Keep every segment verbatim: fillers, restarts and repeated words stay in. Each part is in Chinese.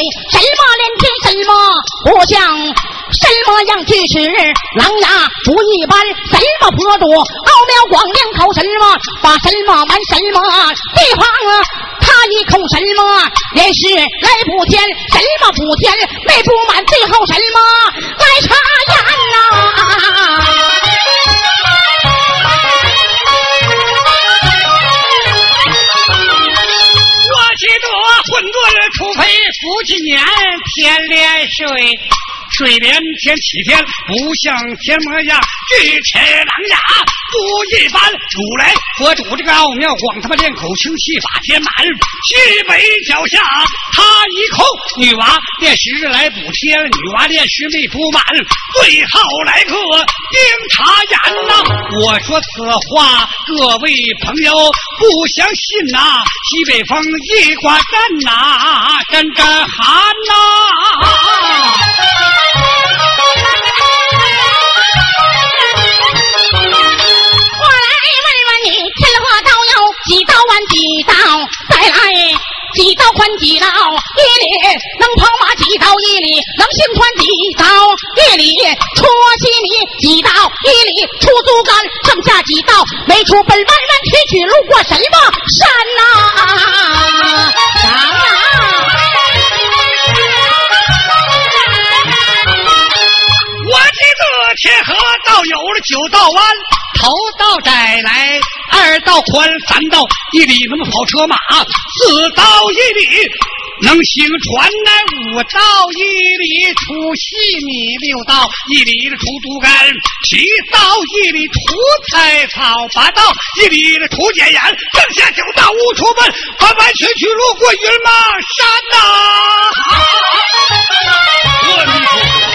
什么连天，什么不像，什么样去是狼牙主一般，什么坡度奥妙光亮口，什么把什么满什么地方啊，他一口什么也是来补天，什么补天没补满，最后什么来查验呐、啊？ 几多混沌，除非夫妻年，天连水，水连天七天，不像天模样，巨齿狼牙不一般。主来佛主这个奥妙光，他妈练口清气法天满，西北脚下他一口，女娃练十来补天，女娃练十没补满，最后来个盯他眼呐！我说此话，各位朋友不相信呐、啊？西北风一刮阵呐、啊，阵阵寒呐、啊！ 我来问问你，天河道有几道弯几道？再来几道宽几道？一里能跑马几道？一里能行船几道？一里出西米几道？一里出竹竿，剩下几道？没出本弯弯曲曲，路过什么山呐、啊？山啊！ 我记得天河道有了九道弯，头道窄来，二道宽，三道一里能跑车马，四道一里能行船来，五道一里出细米，六道一里出竹竿，七道一里出菜草，八道一里出解眼，剩下九道无出门，弯弯曲曲路过云马山呐、啊！阿弥陀佛。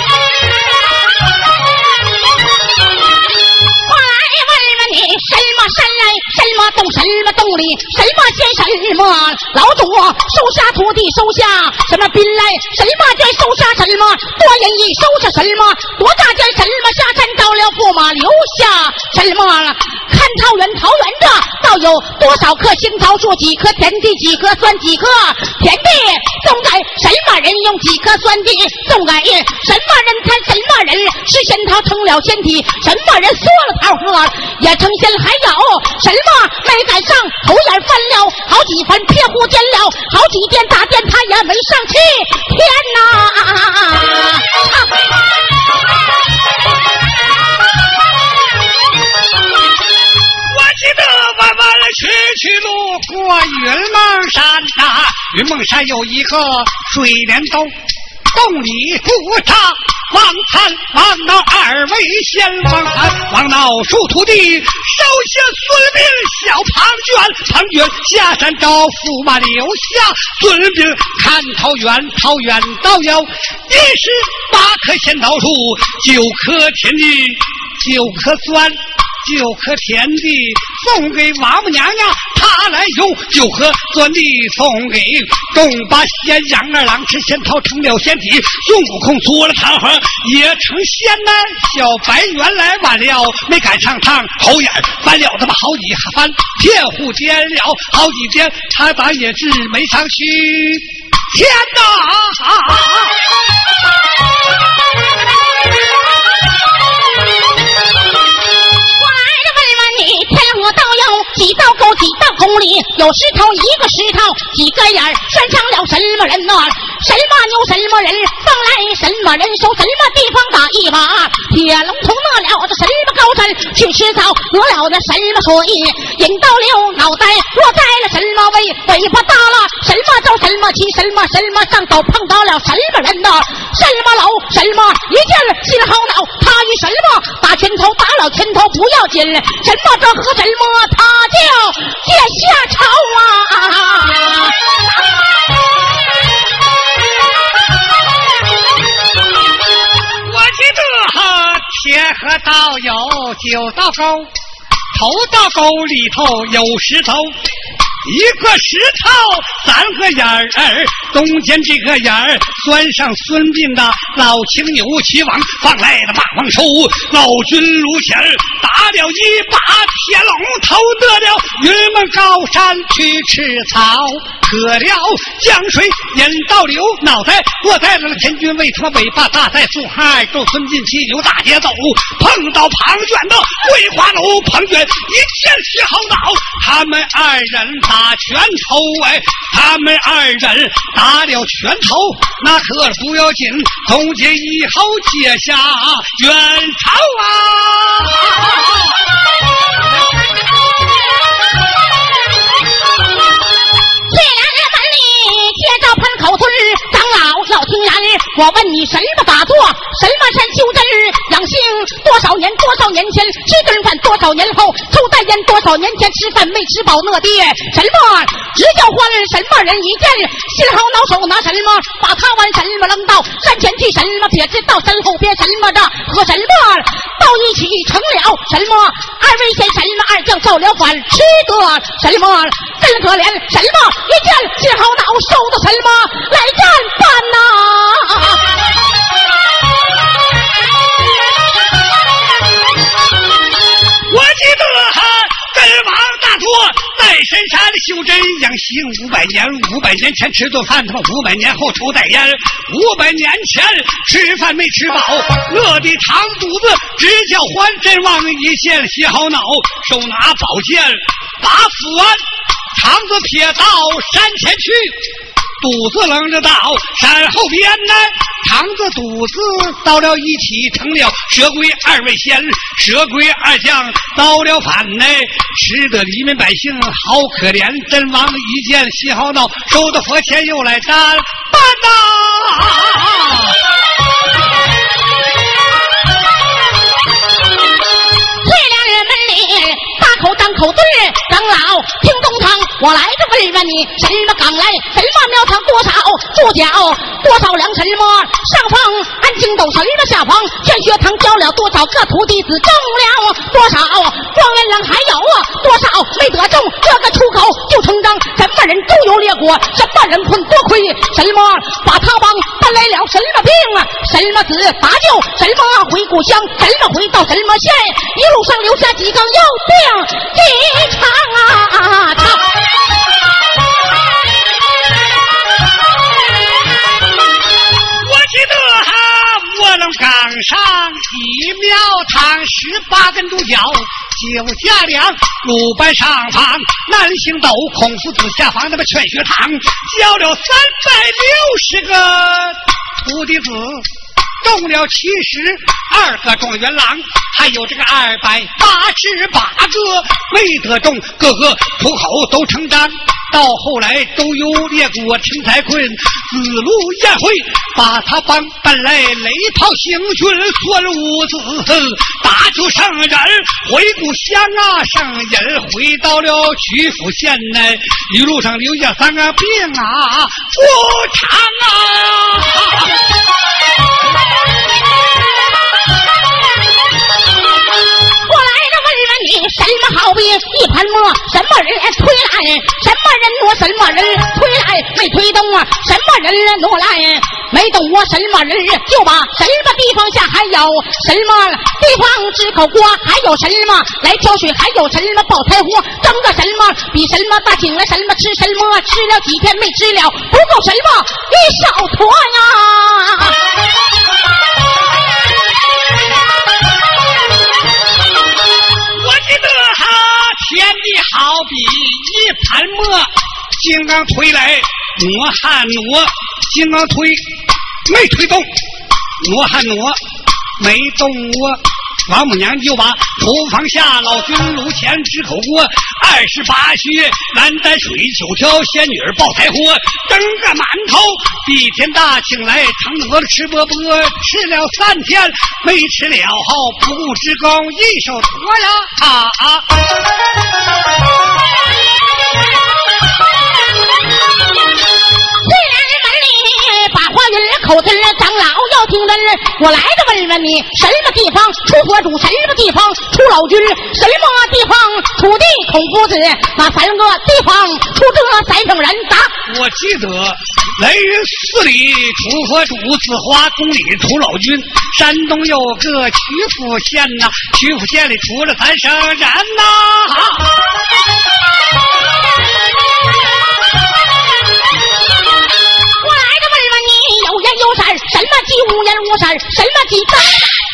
什么山来，什么洞，什么洞里，什么仙，什么老祖收下徒弟，收下什么兵来，什么剑收下什么多人意，收下什么多大剑，什么下山到了驸马，留下什么看桃园，桃园的到有多少棵杏桃树，几棵田地，几棵酸，几棵田地送给什么人，用几棵酸地送给什么人，看什么人是仙桃成了仙体，什么人缩了桃核也成仙，还有什么没赶上头眼翻了好几番，撇胡间了好几殿大殿，他也没上去天哪！ 我记得弯弯曲曲路过云梦山呐、啊，云梦山有一个水帘洞，洞里不插王参王闹二位先，王参王闹树徒弟，手下孙膑小庞涓，庞涓下山找驸马，留下孙膑看桃园，桃园道有一十八棵仙桃树，九棵田地，九棵酸，九棵田地送给王母娘娘，她来用九棵酸地送给东八仙杨二郎，吃仙桃成了仙体，孙悟空做了桃核也成仙呢。小白原来晚了没赶上趟头眼，翻了他妈好几番，骗户颠了好几颠，他咋也是没上去天哪！ 天河道有几道沟，几道沟里有石头，一个石头几个眼儿，拴上了什么人呐、啊？什么牛，什么人放来什么人手，什么地方打一把铁龙头，饿了这什么高山去吃草，得了那什么水引到了脑袋，落在了什么尾尾巴大了，什么走什么骑，什么什么上斗，碰到了什么人呐、啊？什么楼，什么一见心好恼，他与什么打拳头，打了拳头不要紧，什么这和什么他就结下仇啊！ 我记得哈，天河道有九道沟，头道沟里头有石头， 一个石头三个眼儿，中间这个眼儿拴上孙膑的老青牛骑往放来的霸王手，老君卢仙打了一把铁笼，头得了云门高山去吃草，渴了江水引到流，脑袋落在了天军为他尾巴大在树海，斗孙膑骑牛大节奏，碰到庞涓的桂花楼，庞涓一见徐好恼，他们二人打拳头，哎，他们二人打了拳头，那可不要紧，从今以后结下冤仇啊！ 虽然门里接着喷口吞，长老要听然，我问你什么打坐，什么山修真养性，多少年多少年前吃顿饭，多少年后抽袋烟，多少年前吃饭没吃饱那爹什么直叫唤，什么人一见心好恼，手拿什么把他往什么扔到山前去，什么撇知道身后边什么的和什么到一起成了什么二位先什么二将造了反，吃得什么真可怜，什么一见心好恼，受的什么来战犯呐、啊我记得哈，真王大作在深山修真养性五百年，五百年前吃顿饭，他妈五百年后抽袋烟，五百年前吃饭没吃饱，饿的肠肚子直叫唤，真王一见喜好恼，手拿宝剑把斧安，肠子撇到山前去，肚子扔着到山后边呢，肠子肚子到了一起，成了蛇龟二位仙，蛇龟二将遭了反呢，吃的黎民百姓好可怜，真王一见喜好恼，收的佛前又来战办呐！ 口张口对长老听东堂，我来这问问你什么岗来，什么庙堂，多少住脚，多少粮，什么上方安静斗，什么下方劝学堂，教了多少个徒弟子，中了多少状元郎，还有多少没得中，这个出口就成章，什么人都有列国，什么人困多亏，什么把他帮搬来了什么病啊，什么子搭救，什么回故乡，什么回到什么县，一路上留下几缸药病一场啊唱。 我记得哈，卧龙岗上一庙堂，十八根独角九家梁，鲁班上房南行斗，孔夫子下房那么劝学堂，教了三百六十个徒弟子，中了七十二个状元郎，还有这个二百八十八个没得中，个个出口都成章。到后来都有列国陈才坤子路宴会，把他帮搬来雷炮行军，孙武子打救圣人回故乡啊，圣人回到了曲阜县呢，一路上留下三个病啊不长啊。 你什么好比一盘磨，什么人推来，什么人挪，什么人推来没推动啊，什么人挪来没动我，什么人就把什么地方下，还有什么地方支口锅，还有什么来挑水，还有什么爆柴火，蒸个什么比什么大，请来什么吃什么，吃了几天没吃了不够什么一小坨呀。 天地好比一盘磨，金刚推来挪汉挪，金刚推没推动，挪汉挪没动我，王母娘就把头放下，老君炉前支口锅，二十八穴蓝丹水，九条仙女爆柴火，蒸个馒头比天大，请来唐娥吃饽饽，吃了三天没吃了好，不顾之功一手托呀啊啊！ 口子长老要听真，我来的问问你，什么地方出佛主，什么地方出老君，什么地方土地孔夫子把三个地方出这三省人打。 我记得雷云寺里出佛主，紫华宫里出老君，山东有个曲阜县呐、啊，曲阜县里出了三省人呐、啊。 我来这问问你，有言有闪，什么鸡无言无闪，什么鸡蛋？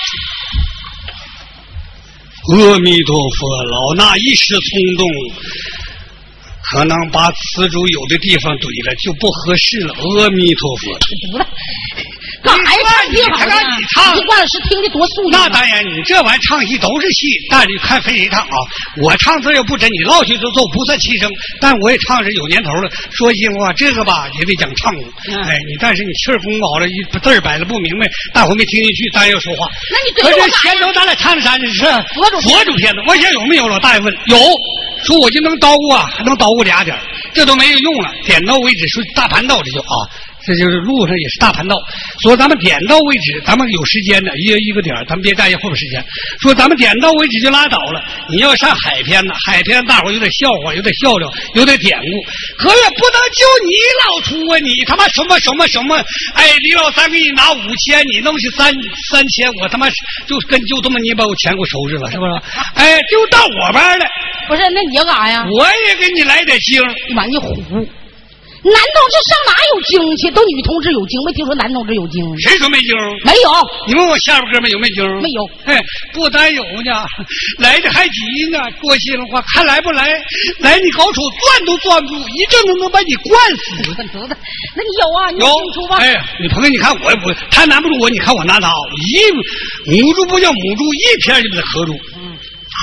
阿弥陀佛，老衲一时冲动，可能把此主有的地方怼了，就不合适了。阿弥陀佛。 不了，干啥呀？唱挺好的， 你唱， 你关老师听的多素那当然，你这玩意唱戏都是戏，但你看分谁唱啊？我唱字又不真，你唠去就奏不算气声，但我也唱是有年头了。说心里话，这个吧也得讲唱功。嗯、哎，你但是你气儿功好了，一字儿摆了不明白，大伙没听进去，当然要说话。 那你对我可是前头咱俩唱的啥？是佛主佛主片子。我想有没有？老大爷问有，说我就能叨咕啊，还能叨咕俩点，这都没有用了。点到为止，说大盘道这就啊。这就是路上也是大盘道，所以咱们点到为止，咱们有时间的，一一个点咱们别占一会儿时间。说咱们点到为止就拉倒了。你要上海篇呢，海篇大伙有点笑话，有点笑料，有点典故，可也不能就你老出啊！你他妈什么什么什么？哎，李老三给你拿五千，你弄去三三千，我他妈就跟就这么你把我钱给我收拾了，是不是？哎，就到我班了。 不是，那你要干啥呀？ 我也给你来点精。 你妈你虎！男同志上哪有精去？都女同志有精，没听说男同志有精。 谁说没精？ 没有。 你问我下边哥们有没精？ 没有。 哎，不单有呢，来的还急呢。说心里话，看来不来，来你搞瞅攥都攥不住，一阵子能把你灌死。 得得，那你有啊？你有清楚吧？ 哎，女朋友，你看我我他难不住我，你看我拿他，一母猪不叫母猪，一片就把他合住。嗯。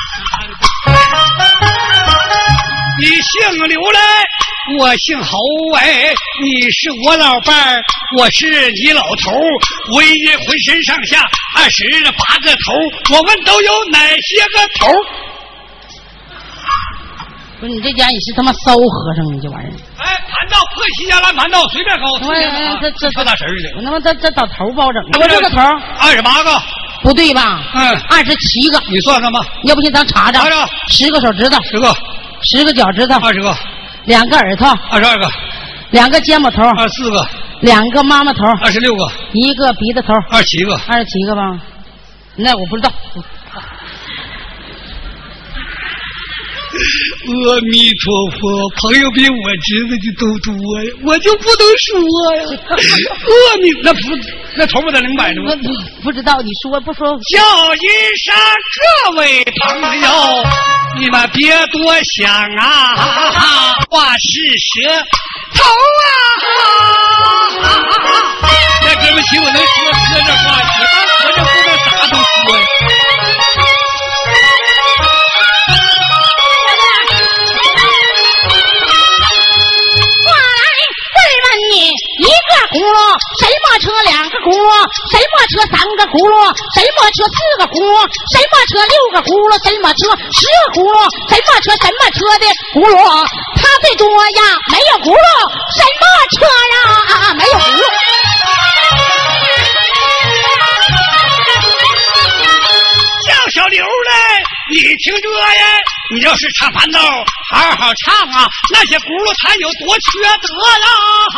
你姓刘来，我姓侯哎，你是我老伴儿，我是你老头儿，为人浑身上下二十八个头，我问都有哪些个头？ 不是你这家也是他妈骚和尚，你这玩意儿。 哎，盘道破西家兰盘道随便搞， 这这跳大神儿去。 我他妈这这倒头不好整，我这个头二十八个。 不对吧？ 嗯， 二十七个。 你算算吧。 要不信咱查查。 查查。 十个手指头。 十个。 十个脚趾头。 二十个。 两个耳朵。 二十二个。 两个肩膀头。 二十四个。 两个妈妈头。 二十六个。 一个鼻子头。 二十七个。 二十七个吧？那我不知道。 阿弥陀佛，朋友比我知道的都多呀，我就不能说呀。阿弥，那不那头不得零百呢吗？ 不不知道，你说不说？ 叫一声各位朋友，你们别多想啊，话是舌头啊。那对不起，我能说说这话，我这不能啥都说呀。 一个轱辘，什么车两个轱辘，什么车三个轱辘，什么车四个轱辘，什么车六个轱辘，什么车十个轱辘，什么车什么车的轱辘，它最多呀没有轱辘，什么车呀没有轱辘。 叫小刘嘞，你听这呀，你要是唱盘道，好好唱啊，那些轱辘它有多缺德呀！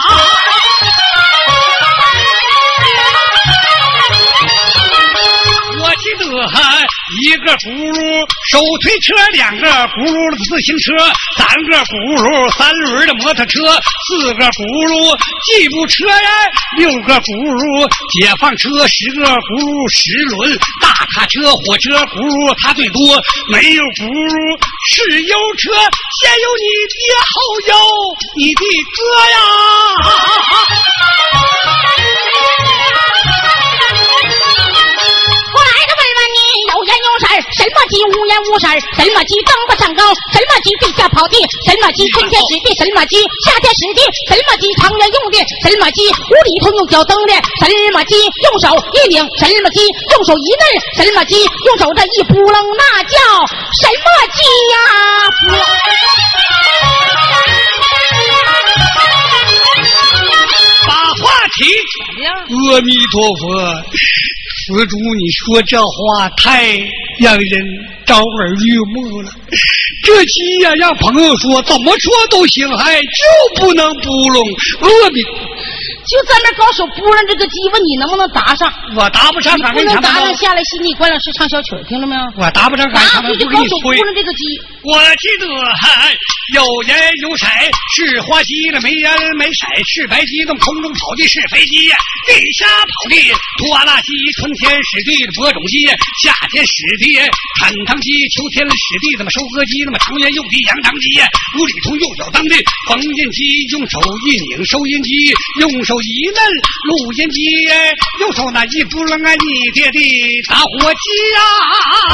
我记得一个轱辘手推车，两个轱辘的自行车，三个轱辘三轮的摩托车，四个轱辘吉普车呀，六个轱辘解放车，十个轱辘十轮大卡车，火车轱辘它最多，没有轱辘是油车，先有你爹后有你的哥呀。 有言有闪，什么鸡无言无闪，什么鸡登不上高，什么鸡地下跑地，什么鸡春天使地，什么鸡夏天使地，什么鸡常人用的，什么鸡无厘头用脚蹬的，什么鸡用手一拧，什么鸡用手一摁，什么鸡用手这一扑棱，那叫什么鸡呀？ 把话题，阿弥陀佛。施主，你说这话太让人招耳欲目了， 这鸡呀、啊，让朋友说怎么说都行，还就不能扑棱饿的。 就在那高手扑棱这个鸡，问你能不能答上？ 我答不上， 你不能答上，下来心里关老师唱小曲，听着没有？ 我答不上， 答不就高手扑棱这个鸡。 我记得有人有色是花鸡的，没人没色是白鸡，从空中跑的是飞机，地下跑的拖拉机，春天使地的播种机，夏天使的砍汤机，秋天使地怎么收割机，那么长圆又的扬长机，无厘头右脚当的缝纫机，用手一拧收音机，用手一摁录音机，右手那一扑棱啊你爹的打火机呀、啊。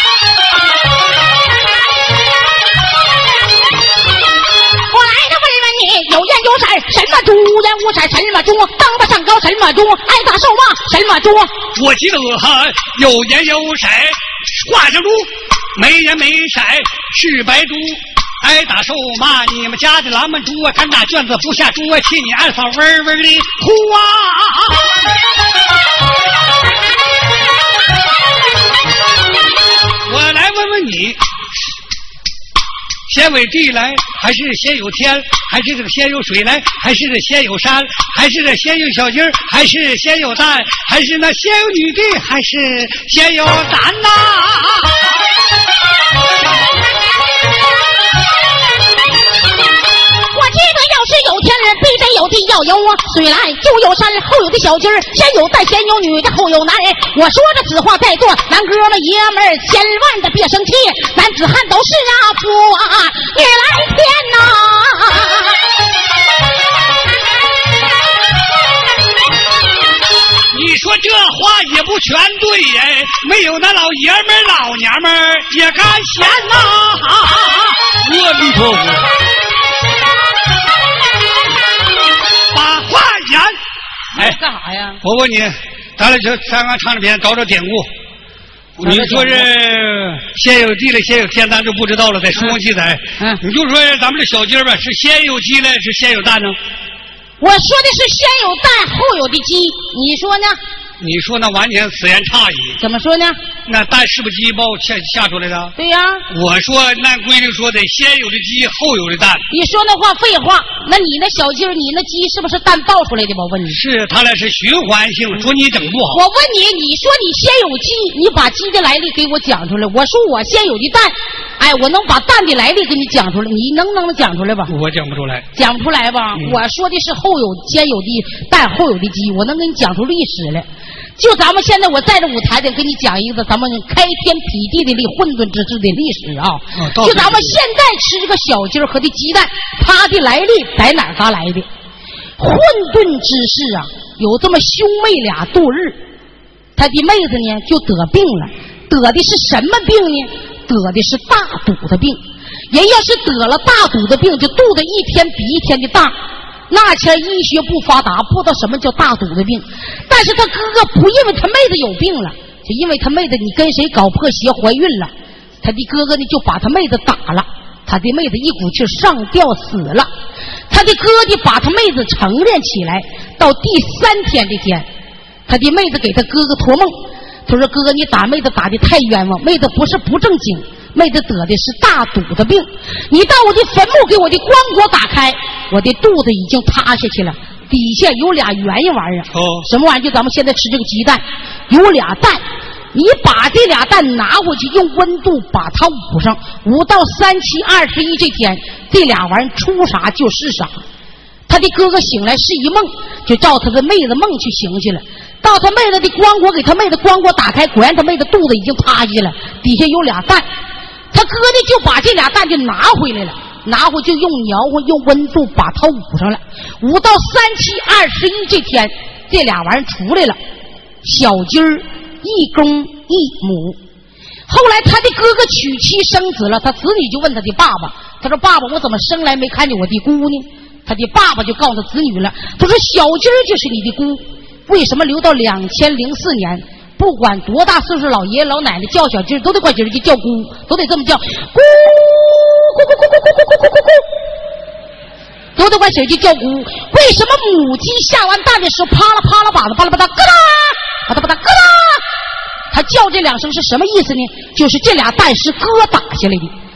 我来的问问你，有烟有色什么猪，烟无色什么猪，当不上高什么猪，挨打受骂什么猪。 我记得哈有烟有色画上猪，没烟没色是白猪，挨打受骂你们家的蓝门猪啊，看打卷子不下猪啊，气你二嫂嗡嗡的哭啊。我来问问你，先有地来，还是先有天，还是这个先有水来，还是这先有山，还是这先有小鸡儿，还是先有蛋，还是那先有女的，还是先有蛋呐、啊？ 我记得要是有天人，必得有地，要有啊水来就有山，后有的小鸡儿，先有蛋，先有女的，后有男人。我说的此话在座，男哥们爷们儿千万的别生气，男子汉都是啊父啊女来天呐、啊。 你说这话也不全对耶，没有那老爷们儿老娘们儿也干闲呐、啊！阿弥陀佛。把话言，哎， 干啥呀？ 我问你，咱俩就三个唱这篇找找典故。你说是先有地了，先有天，咱就不知道了，在书上记载。嗯，你就说咱们这小鸡儿吧，是先有鸡呢，是先有蛋呢？ 我说的是先有蛋后有的鸡，你说呢？ 你说那完全此言差矣。 怎么说呢？ 那蛋是不是鸡包下下出来的？ 对呀、啊。 我说按规定说得先有的鸡，后有的蛋。 你说那话废话，那你那小鸡儿，你那鸡是不是蛋倒出来的吧？我问你。 是，它俩是循环性的。说你整不好。 我问你，你说你先有鸡，你把鸡的来历给我讲出来。我说我先有的蛋，哎，我能把蛋的来历给你讲出来，你能不能讲出来吧？ 我讲不出来。 讲不出来吧？嗯、我说的是后有先有的蛋，后有的鸡，我能给你讲出历史来。就咱们现在我在这舞台得跟你讲一个咱们开天辟地的混沌之治的历史啊！哦、就咱们现在吃这个小鸡儿和的鸡蛋，它的来历在哪嘎来的？混沌之事啊，有这么兄妹俩度日，他的妹子呢就得病了，得的是什么病呢？得的是大肚的病。人要是得了大肚的病，就肚子一天比一天的大。那前医学不发达，不知道什么叫大肚的病。但是他哥哥不因为他妹子有病了，就因为他妹子你跟谁搞破鞋怀孕了，他的哥哥呢就把他妹子打了，他的妹子一股气上吊死了。他的哥哥把他妹子承认起来，到第三天这天，他的妹子给他哥哥托梦，他说哥哥你打妹子打得太冤枉，妹子不是不正经，妹子得的是大肚的病，你到我的坟墓给我的棺椁打开，我的肚子已经塌下去了，底下有俩圆一玩意儿。哦，什么玩意儿？就咱们现在吃这个鸡蛋，有俩蛋，你把这俩蛋拿回去，用温度把它捂上，捂到三七二十一这天，这俩玩意儿出啥就是啥。他的哥哥醒来是一梦，就照他的妹子梦去行去了。到他妹子的棺椁，给他妹子棺椁打开，果然他妹子肚子已经塌下去了，底下有俩蛋。他哥呢就把这俩蛋就拿回来了，拿回就用鸟或用温度把它捂上了，捂到三七二十一这天，这俩玩意儿出来了，小鸡儿一公一母。后来他的哥哥娶妻生子了，他子女就问他的爸爸，他说爸爸我怎么生来没看见我的姑呢？他的爸爸就告诉他子女了，他说小鸡儿就是你的姑，为什么留到两千零四年不管多大岁数老爷爷老奶奶叫小鸡儿都得管鸡儿就叫姑，都得这么叫，咕咕咕咕咕咕咕咕咕咕咕，都得管小鸡叫姑。为什么母鸡下完蛋的时候啪啦啪啦把子啪啦啪啦咯啦啪啦啪啦咯啦，它叫这两声是什么意思呢？就是这俩蛋是哥打下来的。咱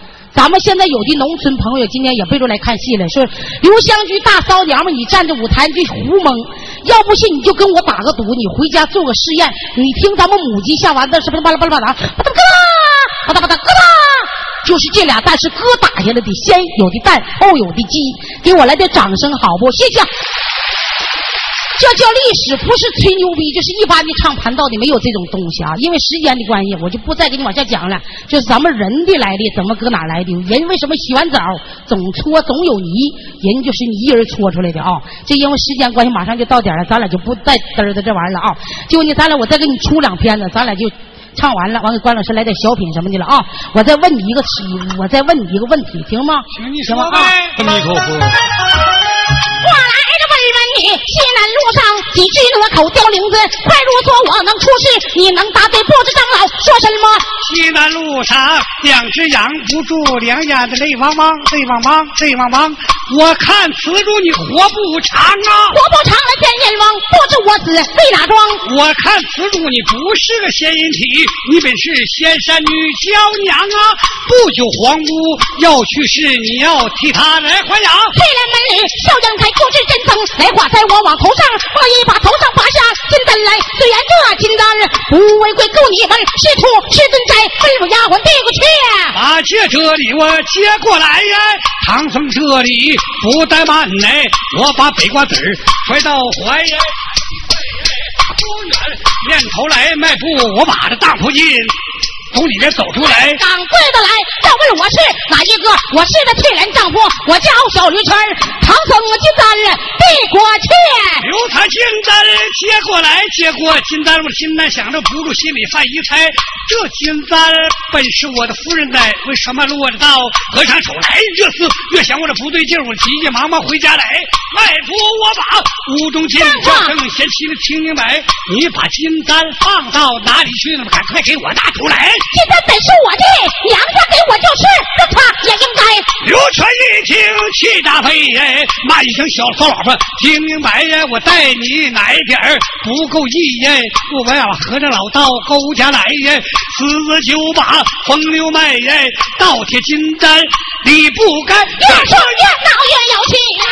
咱们现在有的农村朋友今天也背着来看戏了，说刘湘居大骚娘们，你站着舞台就胡蒙，要不信你就跟我打个赌，你回家做个试验，你听咱们母鸡下完的是不是巴拉巴拉巴拉巴拉巴拉巴拉巴拉咯哒，就是这俩蛋是哥打下来的，先有的蛋后有的鸡，给我来点掌声好不？谢谢。这叫历史，不是吹牛逼，就是一般的唱盘道的没有这种东西啊。因为时间的关系，我就不再给你往下讲了。就是咱们人的来历，怎么搁哪来的？人为什么洗完澡总搓总有泥？人就是泥人搓出来的啊。这因为时间关系，马上就到点了，咱俩就不再嘚儿的这玩意儿了啊。就呢，咱俩我再给你出两篇子，咱俩就唱完了，完给关老师来点小品什么的了啊。我再问你一个题，我再问你一个问题，行吗？ 行，你说呗。阿弥陀佛。 我来这问问你，西南路上几只鹅口叼铃子，快如说我能出世，你能答对不知长老说什么？ 西南路上两只羊不住，两眼的泪汪汪，泪汪汪，泪汪汪。我看此主你活不长啊！ 活不长了见阎王，不知我死为哪桩？ 我看此主你不是个仙人体，你本是仙山女娇娘啊！不久皇姑要去世，你要替她来还阳。 翠帘门里笑颜开，不知真僧来画在我往头上，我一把头上拔下金簪来。虽然这金簪不为贵，够你们师徒师尊斋，吩咐丫鬟递过去。 把借这里我接过来呀！唐僧这里不怠慢哎，我把北瓜子儿揣到怀呀。不远面头来迈步，我把这当铺进从里面走出来。 掌柜的来，要问我是哪一个？我是那翠莲丈夫，我叫小驴圈唐僧金簪递过去。 刘他金簪接过来，接过金簪，我心难想着不住，心里犯疑猜。这金簪本是我的夫人的，为什么落着道？合上手来，这厮越想我这不对劲，我急急忙忙回家来。迈步我把屋中金叫声贤妻的听明白，你把金簪放到哪里去了？赶快给我拿出来！ 金簪本是我的，娘家给我就是，那他也应该。 刘传一听气大飞哎，骂一声小骚老婆，听明白呀！我带你哪一点儿不够意呀？不把和尚老道勾家来呀！死就把风流卖呀，倒贴金簪理不该， 越说越闹越有气呀！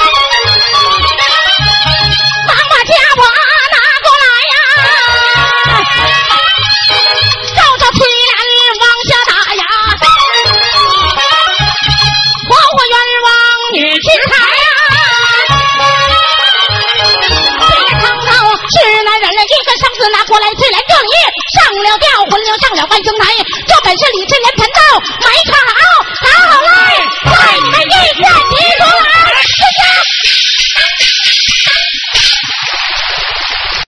忙把家伙拿过来呀！照照翠帘往下打呀！活活冤枉女之才呀！这个唐朝是男人了，一个绳子拿过来，翠帘这里上了吊，魂灵上了万星台，这本是李翠莲盘道。